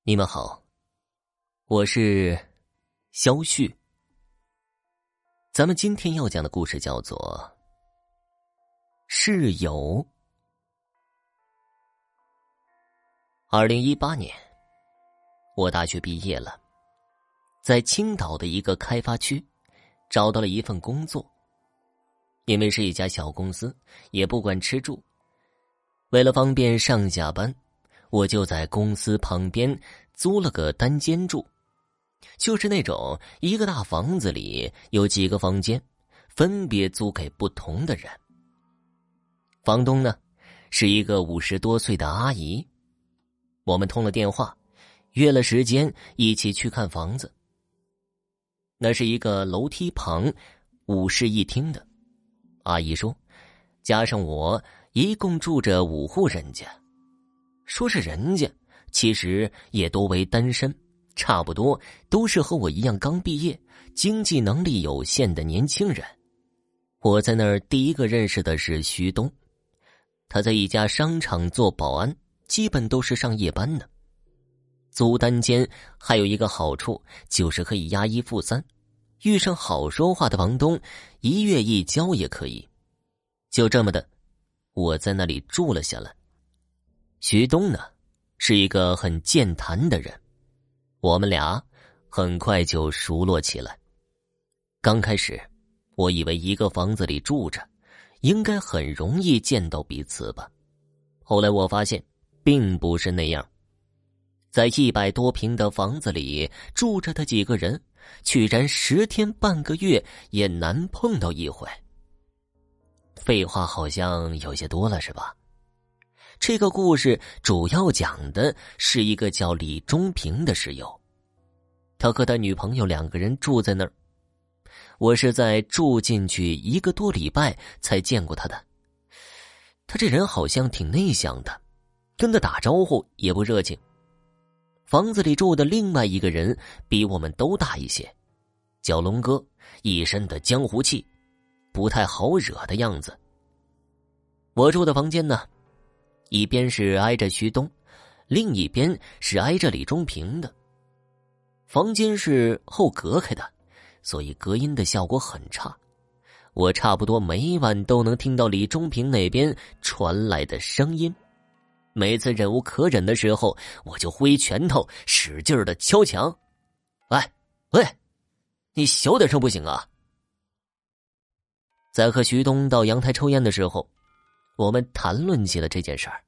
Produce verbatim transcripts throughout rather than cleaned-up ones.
你们好，我是肖旭。咱们今天要讲的故事叫做室友。二零一八年，我大学毕业了，在青岛的一个开发区找到了一份工作。因为是一家小公司，也不管吃住，为了方便上下班，我就在公司旁边租了个单间住，就是那种一个大房子里有几个房间，分别租给不同的人。房东呢，是一个五十多岁的阿姨。我们通了电话，约了时间一起去看房子。那是一个楼梯旁五室一厅的。阿姨说，加上我一共住着五户人家。说是人家，其实也多为单身，差不多都是和我一样刚毕业，经济能力有限的年轻人。我在那儿第一个认识的是徐东，他在一家商场做保安，基本都是上夜班的。租单间还有一个好处，就是可以押一付三，遇上好说话的房东，一月一交也可以。就这么的，我在那里住了下来。徐东呢，是一个很健谈的人，我们俩很快就熟络起来。刚开始，我以为一个房子里住着，应该很容易见到彼此吧。后来我发现，并不是那样。在一百多平的房子里住着的几个人，居然十天半个月也难碰到一回。废话好像有些多了，是吧？这个故事主要讲的是一个叫李忠平的室友，他和他女朋友两个人住在那儿。我是在住进去一个多礼拜才见过他的。他这人好像挺内向的，跟他打招呼也不热情。房子里住的另外一个人比我们都大一些，叫龙哥，一身的江湖气，不太好惹的样子。我住的房间呢，一边是挨着徐东，另一边是挨着李忠平的。房间是后隔开的，所以隔音的效果很差。我差不多每晚都能听到李忠平那边传来的声音。每次忍无可忍的时候，我就挥拳头使劲的敲墙。喂喂，你小点声不行啊！在和徐东到阳台抽烟的时候，我们谈论起了这件事儿。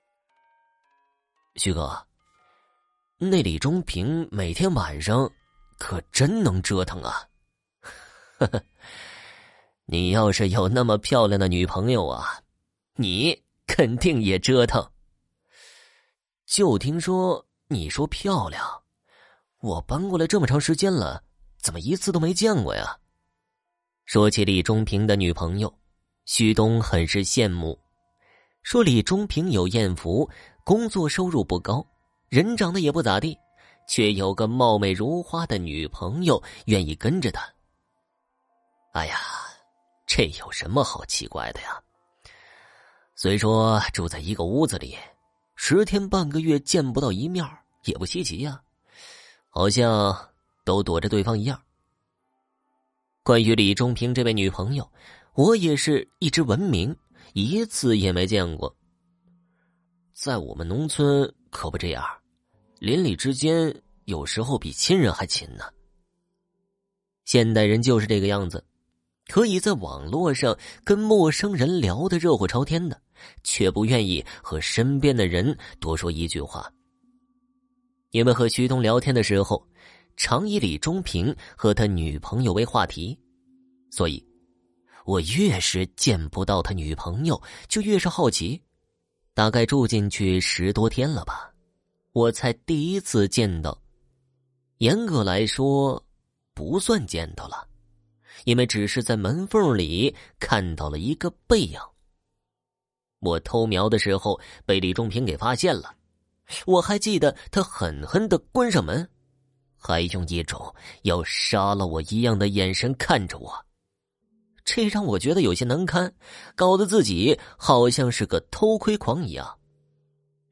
徐哥，那李忠平每天晚上可真能折腾啊！呵呵，你要是有那么漂亮的女朋友啊，你肯定也折腾。就听说你说漂亮，我搬过来这么长时间了，怎么一次都没见过呀？说起李忠平的女朋友，徐东很是羡慕，说李忠平有艳福，工作收入不高，人长得也不咋地，却有个貌美如花的女朋友愿意跟着他。哎呀，这有什么好奇怪的呀？虽说住在一个屋子里，十天半个月见不到一面也不稀奇呀，好像都躲着对方一样。关于李忠平这位女朋友，我也是一直闻名，一次也没见过。在我们农村可不这样，邻里之间有时候比亲人还亲呢。现代人就是这个样子，可以在网络上跟陌生人聊得热火朝天的，却不愿意和身边的人多说一句话。因为和徐东聊天的时候，常以李忠平和他女朋友为话题，所以我越是见不到他女朋友，就越是好奇。大概住进去十多天了吧，我才第一次见到。严格来说，不算见到了，因为只是在门缝里看到了一个背影。我偷瞄的时候被李忠平给发现了，我还记得他狠狠地关上门，还用一种要杀了我一样的眼神看着我。这让我觉得有些难堪，搞得自己好像是个偷窥狂一样。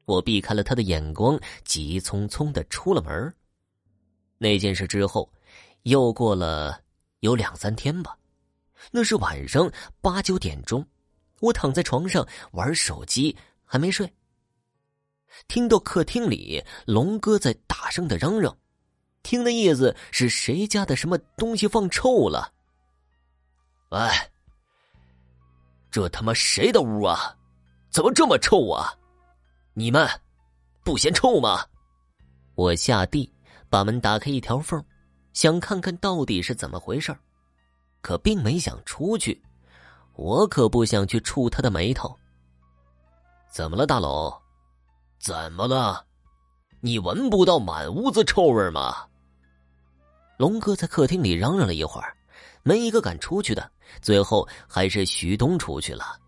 我避开了他的眼光，急匆匆的出了门。那件事之后，又过了有两三天吧。那是晚上八九点钟，我躺在床上玩手机，还没睡。听到客厅里龙哥在大声的嚷嚷，听那意思是谁家的什么东西放臭了。 哎，这他妈谁的屋啊？怎么这么臭啊？你们不嫌臭吗？ 我下地把门打开一条缝，想看看到底是怎么回事，可并没想出去。我可不想去触他的眉头。 怎么了，大龙？怎么了？你闻不到满屋子臭味吗？ 龙哥在客厅里嚷嚷了一会儿，没一个敢出去的，最后还是徐东出去了。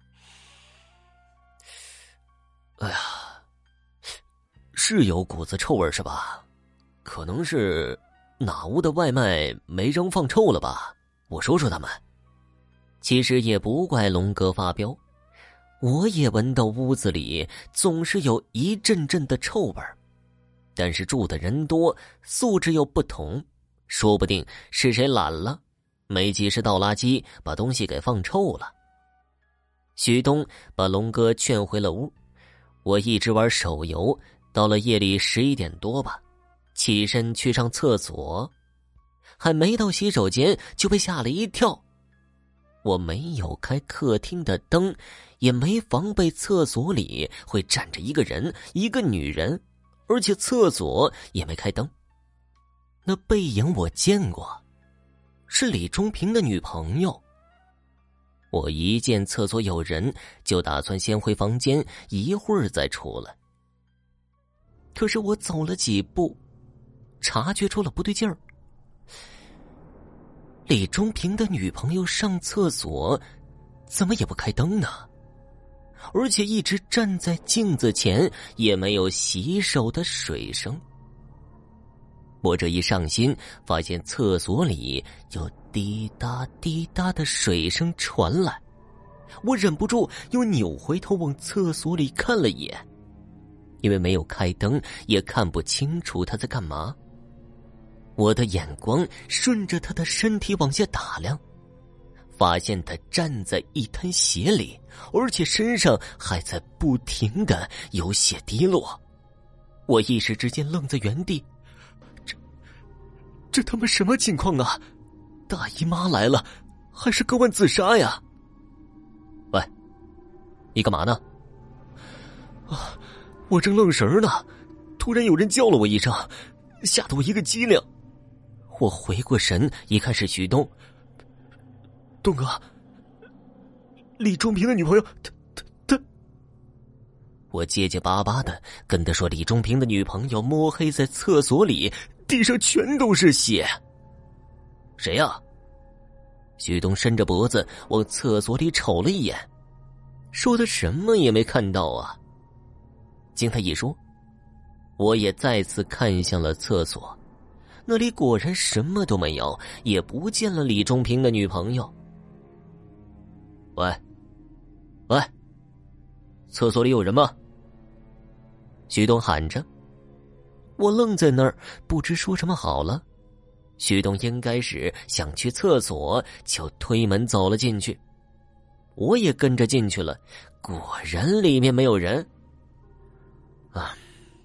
哎呀，是有股子臭味是吧？可能是哪屋的外卖没扔放臭了吧？我说说他们。 其实也不怪龙哥发飙，我也闻到屋子里总是有一阵阵的臭味，但是住的人多，素质又不同，说不定是谁懒了，没及时倒垃圾，把东西给放臭了。徐东把龙哥劝回了屋，我一直玩手游，到了夜里十一点多吧，起身去上厕所，还没到洗手间就被吓了一跳。我没有开客厅的灯，也没防备厕所里会站着一个人，一个女人，而且厕所也没开灯。那背影我见过，是李忠平的女朋友。我一见厕所有人，就打算先回房间，一会儿再出来。可是我走了几步，察觉出了不对劲儿。李忠平的女朋友上厕所怎么也不开灯呢？而且一直站在镜子前，也没有洗手的水声。我这一上心，发现厕所里有滴答滴答的水声传来，我忍不住又扭回头往厕所里看了一眼，因为没有开灯，也看不清楚他在干嘛。我的眼光顺着他的身体往下打量，发现他站在一滩血里，而且身上还在不停的有血滴落。我一时之间愣在原地，这这他妈什么情况啊？大姨妈来了，还是割腕自杀呀？ 喂，你干嘛呢？ 啊，我正愣神呢，突然有人叫了我一声，吓得我一个机灵。我回过神一看是徐东。东哥，李忠平的女朋友，他他他……我结结巴巴的跟他说，李忠平的女朋友摸黑在厕所里，地上全都是血。 谁呀？ 徐东伸着脖子往厕所里瞅了一眼，说他什么也没看到啊。经他一说，我也再次看向了厕所，那里果然什么都没有，也不见了李忠平的女朋友。 喂，喂，厕所里有人吗？ 徐东喊着。我愣在那儿，不知说什么好了。徐东应该是想去厕所，就推门走了进去。我也跟着进去了，果然里面没有人。啊，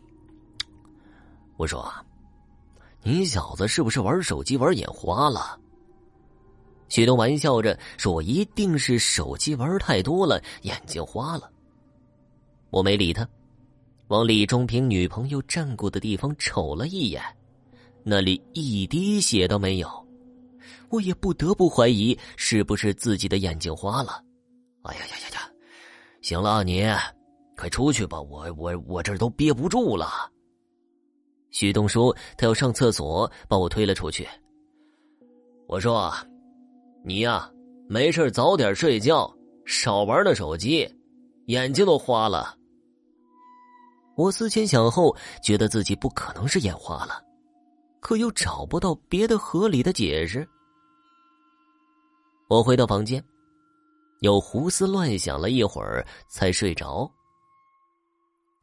我说，你小子是不是玩手机玩眼花了？徐东玩笑着说，我一定是手机玩太多了，眼睛花了。我没理他，往李忠平女朋友站过的地方瞅了一眼，那里一滴血都没有。我也不得不怀疑是不是自己的眼睛花了。 哎呀呀呀呀！行了，你快出去吧，我我我这儿都憋不住了。 徐东说他要上厕所，把我推了出去。 我说，你呀，没事早点睡觉，少玩那手机，眼睛都花了。 我思前想后，觉得自己不可能是眼花了，可又找不到别的合理的解释。我回到房间，又胡思乱想了一会儿，才睡着。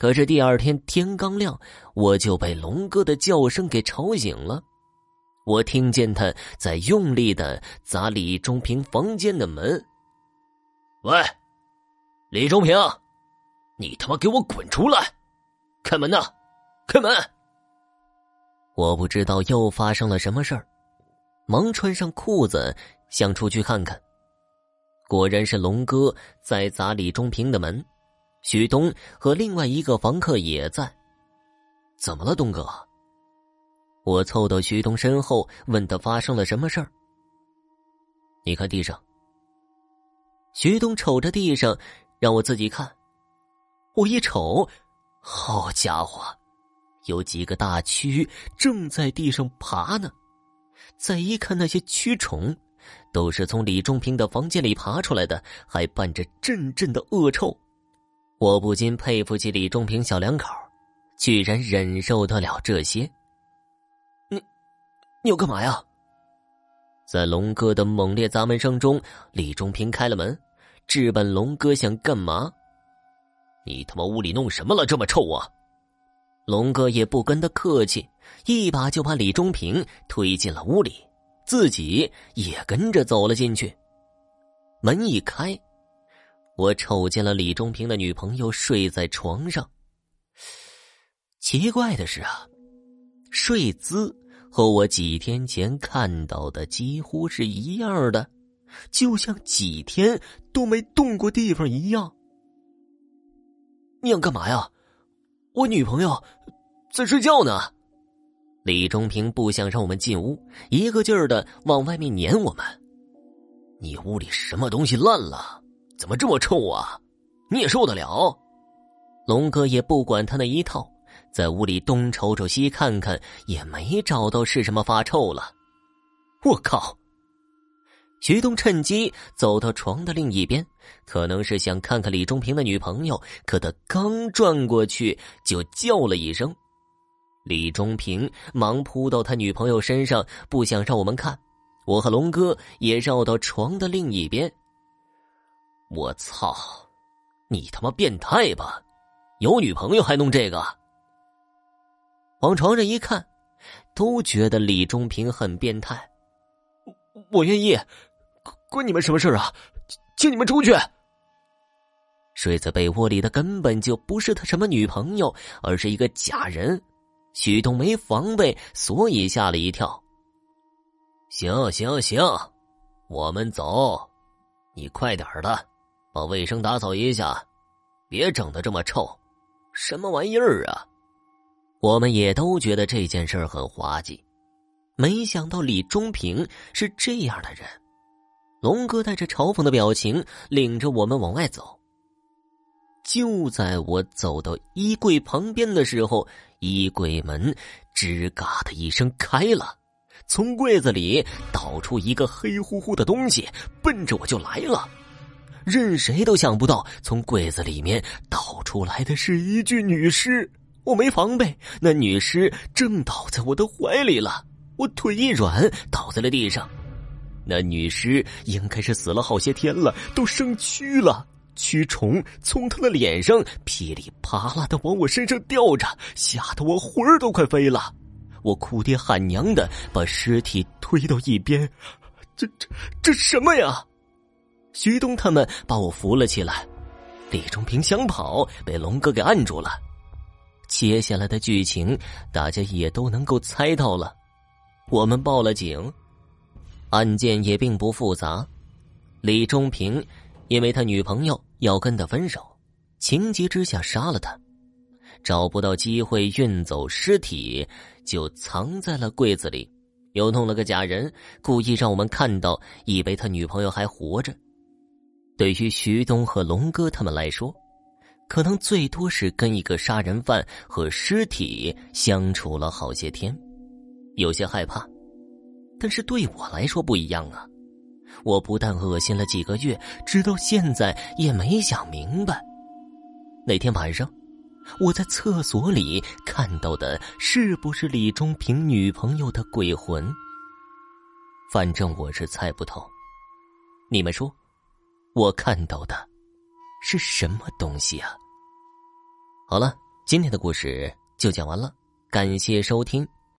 可是第二天天刚亮，我就被龙哥的叫声给吵醒了。我听见他在用力的砸李中平房间的门。 喂，李中平，你他妈给我滚出来！开门呐，开门！ 我不知道又发生了什么事儿，忙穿上裤子想出去看看。果然是龙哥在砸李中平的门，徐东和另外一个房客也在。怎么了，东哥？我凑到徐东身后问他发生了什么事儿。你看地上。徐东瞅着地上让我自己看。我一瞅，好家伙，有几个大蛆正在地上爬呢。再一看那些蛆虫，都是从李中平的房间里爬出来的，还伴着阵阵的恶臭。我不禁佩服起李中平小两口，居然忍受得了这些。你你要干嘛呀？在龙哥的猛烈砸门声中，李中平开了门，质问龙哥想干嘛。 你他妈屋里弄什么了，这么臭啊？ 龙哥也不跟他客气，一把就把李中平推进了屋里，自己也跟着走了进去。门一开，我瞅见了李中平的女朋友睡在床上。奇怪的是啊，睡姿和我几天前看到的几乎是一样的，就像几天都没动过地方一样。你想干嘛呀？我女朋友在睡觉呢。李中平不想让我们进屋，一个劲儿的往外面撵我们。 你屋里什么东西烂了？怎么这么臭啊？你也受得了？ 龙哥也不管他那一套，在屋里东瞅瞅西看看，也没找到是什么发臭了。我靠！徐东趁机走到床的另一边，可能是想看看李中平的女朋友，可他刚转过去就叫了一声。李中平忙扑到他女朋友身上，不想让我们看。我和龙哥也绕到床的另一边。 我操，你他妈变态吧？有女朋友还弄这个？ 往床上一看，都觉得李中平很变态。我愿意，关你们什么事啊？请你们出去。睡在被窝里的根本就不是他什么女朋友，而是一个假人。许东没防备，所以吓了一跳。 行行行，我们走，你快点的，把卫生打扫一下，别整得这么臭，什么玩意儿啊？ 我们也都觉得这件事很滑稽，没想到李中平是这样的人。龙哥带着嘲讽的表情领着我们往外走。就在我走到衣柜旁边的时候，衣柜门吱嘎的一声开了，从柜子里倒出一个黑乎乎的东西，奔着我就来了。任谁都想不到，从柜子里面倒出来的是一具女尸。我没防备，那女尸正倒在我的怀里了。我腿一软，倒在了地上。那女尸应该是死了好些天了，都生蛆了。蛆虫从她的脸上噼里啪啦的往我身上掉着，吓得我魂儿都快飞了。我哭爹喊娘的把尸体推到一边。这这这什么呀？徐东他们把我扶了起来。李中平想跑，被龙哥给按住了。接下来的剧情大家也都能够猜到了。我们报了警，案件也并不复杂。李中平因为他女朋友要跟他分手，情急之下杀了他，找不到机会运走尸体，就藏在了柜子里，又弄了个假人，故意让我们看到，以为他女朋友还活着。对于徐东和龙哥他们来说，可能最多是跟一个杀人犯和尸体相处了好些天，有些害怕。但是对我来说不一样啊，我不但恶心了几个月，直到现在也没想明白。那天晚上我在厕所里看到的是不是李中平女朋友的鬼魂？反正我是猜不透。你们说我看到的是什么东西啊？好了， 今天的故事就讲完了，感谢收听。